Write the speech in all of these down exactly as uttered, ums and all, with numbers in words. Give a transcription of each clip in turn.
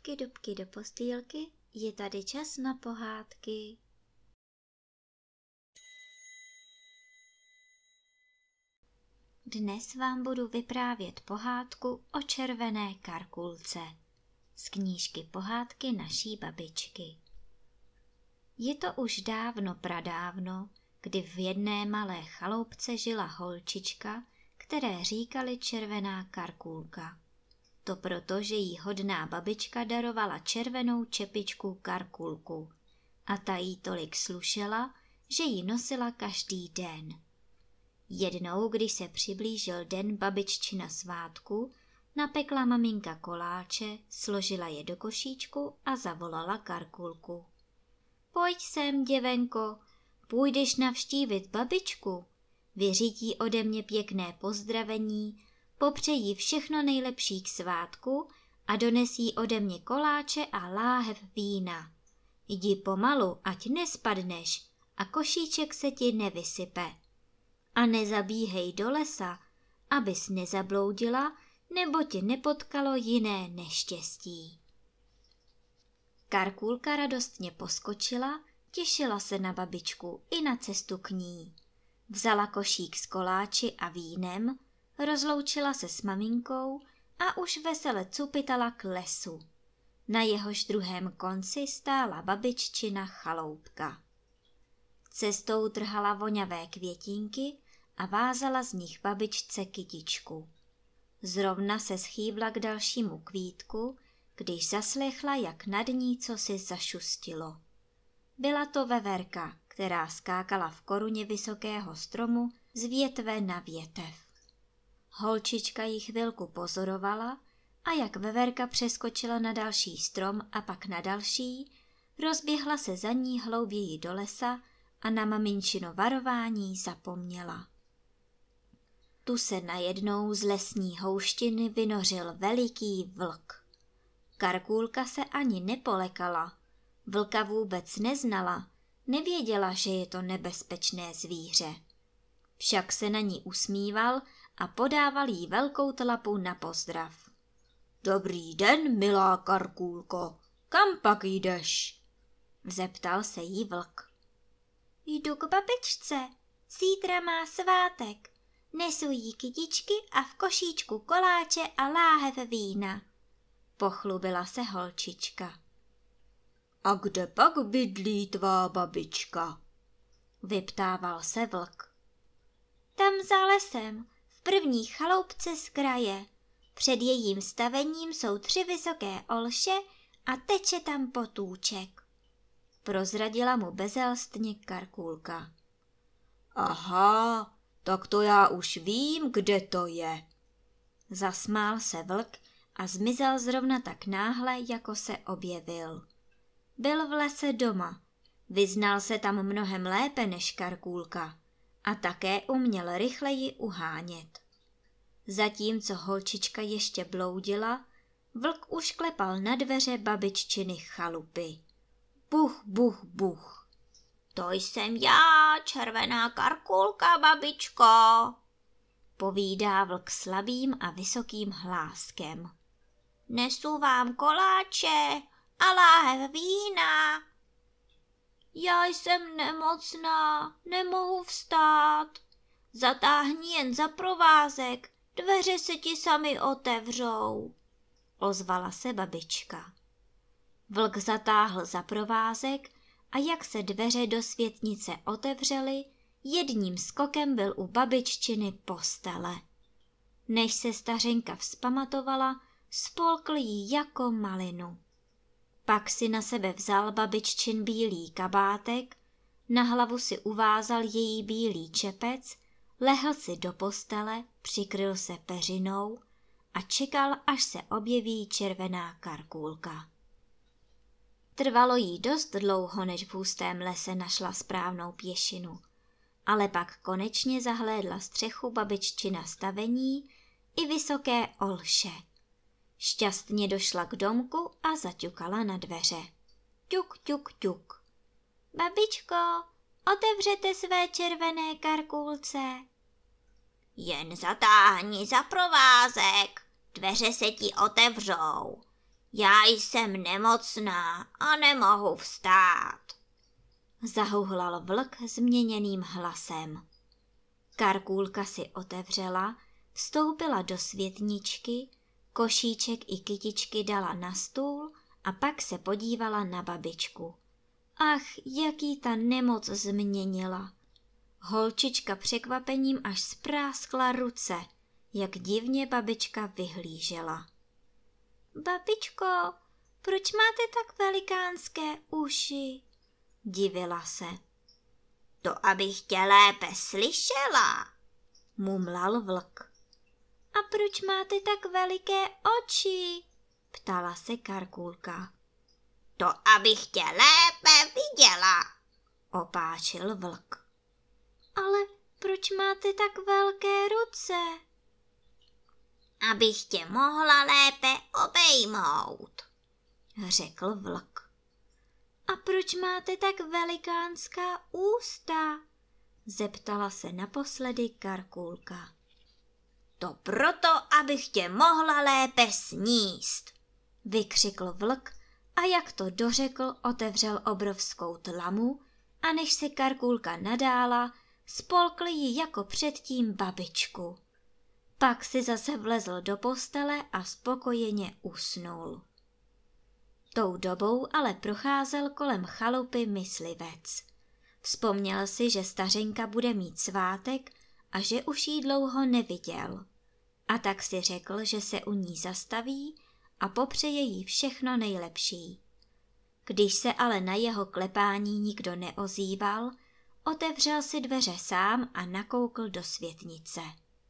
dubky, dubky do postýlky, je tady čas na pohádky. Dnes vám budu vyprávět pohádku o červené Karkulce z knížky Pohádky naší babičky. Je to už dávno pradávno, kdy v jedné malé chaloupce žila holčička, které říkali červená Karkulka. To proto, že jí hodná babička darovala červenou čepičku Karkulku a ta jí tolik slušela, že ji nosila každý den. Jednou, když se přiblížil den babiččina svátku, napekla maminka koláče, složila je do košíčku a zavolala Karkulku. Pojď sem, děvenko, půjdeš navštívit babičku, vyřídí ode mě pěkné pozdravení, popřeji všechno nejlepší k svátku a donesí ode mě koláče a láhev vína. Jdi pomalu, ať nespadneš a košíček se ti nevysype. A nezabíhej do lesa, abys nezabloudila, nebo tě nepotkalo jiné neštěstí. Karkulka radostně poskočila, těšila se na babičku i na cestu k ní. Vzala košík s koláči a vínem, rozloučila se s maminkou a už vesele cupitala k lesu. Na jehož druhém konci stála babiččina chaloupka. Cestou trhala voňavé květinky a vázala z nich babičce kytičku. Zrovna se schýbla k dalšímu kvítku, když zaslechla, jak nad ní cosi zašustilo. Byla to veverka, která skákala v koruně vysokého stromu z větve na větev. Holčička ji chvilku pozorovala a jak veverka přeskočila na další strom a pak na další, rozběhla se za ní hlouběji do lesa a na maminčino varování zapomněla. Tu se najednou z lesní houštiny vynořil veliký vlk. Karkulka se ani nepolekala, vlka vůbec neznala, nevěděla, že je to nebezpečné zvíře. Však se na ní usmíval a podával jí velkou tlapu na pozdrav. Dobrý den, milá Karkulko, kam pak jdeš? Zeptal se jí vlk. Jdu k babičce, zítra má svátek, nesu jí kytičky a v košíčku koláče a láhev vína. Pochlubila se holčička. A kde pak bydlí tvá babička? Vyptával se vlk. Tam za lesem, v první chaloupce z kraje. Před jejím stavením jsou tři vysoké olše a teče tam potůček. Prozradila mu bezelstně Karkulka. Aha, tak to já už vím, kde to je. Zasmál se vlk a zmizel zrovna tak náhle, jako se objevil. Byl v lese doma, vyznal se tam mnohem lépe než Karkulka a také uměl rychleji uhánět. Zatímco holčička ještě bloudila, vlk už klepal na dveře babiččiny chalupy. Buch, buch, buch. To jsem já, červená Karkulka, babičko, povídá vlk slabým a vysokým hláskem. Nesu vám koláče a láhev vína. Já jsem nemocná, nemohu vstát. Zatáhni jen za provázek, dveře se ti sami otevřou, ozvala se babička. Vlk zatáhl za provázek a jak se dveře do světnice otevřely, jedním skokem byl u babiččiny postele. Než se stařenka vzpamatovala, spolkl ji jako malinu. Pak si na sebe vzal babiččin bílý kabátek, na hlavu si uvázal její bílý čepec, lehl si do postele, přikryl se peřinou a čekal, až se objeví červená Karkulka. Trvalo jí dost dlouho, než v hustém lese našla správnou pěšinu, ale pak konečně zahlédla střechu babiččina stavení i vysoké olše. Šťastně došla k domku a zaťukala na dveře. Ťuk, ťuk, ťuk. Babičko, otevřete své červené Karkulce. Jen zatáhni za provázek, dveře se ti otevřou. Já jsem nemocná a nemohu vstát, zahouhlal vlk změněným hlasem. Karkulka si otevřela, vstoupila do světničky, košíček i kytičky dala na stůl a pak se podívala na babičku. Ach, jaký ta nemoc změnila. Holčička překvapením až spráskla ruce, jak divně babička vyhlížela. Babičko, proč máte tak velikánské uši? Divila se. To abych tě lépe slyšela, mumlal vlk. A proč máte tak veliké oči? Ptala se Karkulka. To abych tě lépe viděla, opáčil vlk. Ale proč máte tak velké ruce? Abych tě mohla lépe obejmout, řekl vlk. A proč máte tak velikánská ústa? Zeptala se naposledy Karkulka. To proto, abych tě mohla lépe sníst, vykřikl vlk a jak to dořekl, otevřel obrovskou tlamu a než se Karkulka nadála, spolkl ji jako předtím babičku. Pak si zase vlezl do postele a spokojeně usnul. Tou dobou ale procházel kolem chalupy myslivec. Vzpomněl si, že stařenka bude mít svátek a že už jí dlouho neviděl. A tak si řekl, že se u ní zastaví a popřeje jí všechno nejlepší. Když se ale na jeho klepání nikdo neozýval, otevřel si dveře sám a nakoukl do světnice.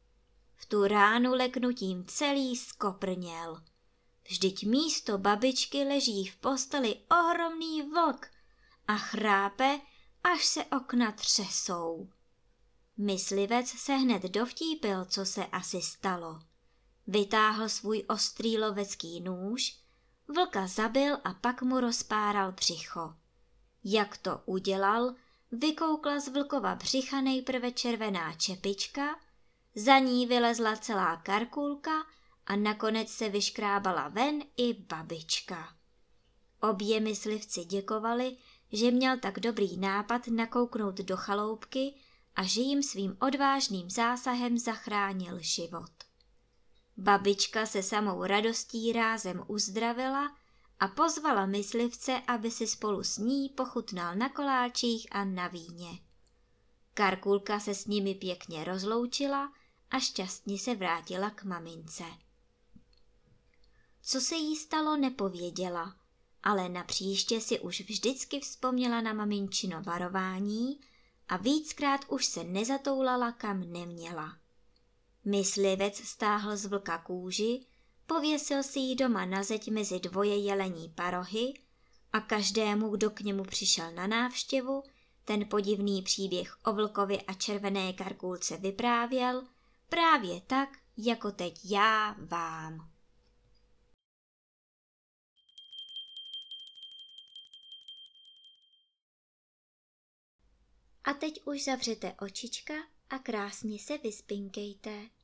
V tu ránu leknutím celý skoprněl. Vždyť místo babičky leží v posteli ohromný vlk a chrápe, až se okna třesou. Myslivec se hned dovtípil, co se asi stalo. Vytáhl svůj ostrý lovecký nůž, vlka zabil a pak mu rozpáral břicho. Jak to udělal, vykoukla z vlkova břicha nejprve červená čepička, za ní vylezla celá Karkulka a nakonec se vyškrábala ven i babička. Obě myslivci děkovali, že měl tak dobrý nápad nakouknout do chaloupky a že jim svým odvážným zásahem zachránil život. Babička se samou radostí rázem uzdravila a pozvala myslivce, aby si spolu s ní pochutnal na koláčích a na víně. Karkulka se s nimi pěkně rozloučila a šťastně se vrátila k mamince. Co se jí stalo, nepověděla, ale napříště si už vždycky vzpomněla na maminčino varování a víckrát už se nezatoulala, kam neměla. Myslivec stáhl z vlka kůži, pověsil si ji doma na zeď mezi dvoje jelení parohy a každému, kdo k němu přišel na návštěvu, ten podivný příběh o vlkovi a červené Karkulce vyprávěl právě tak, jako teď já vám. A teď už zavřete očička a krásně se vyspinkejte.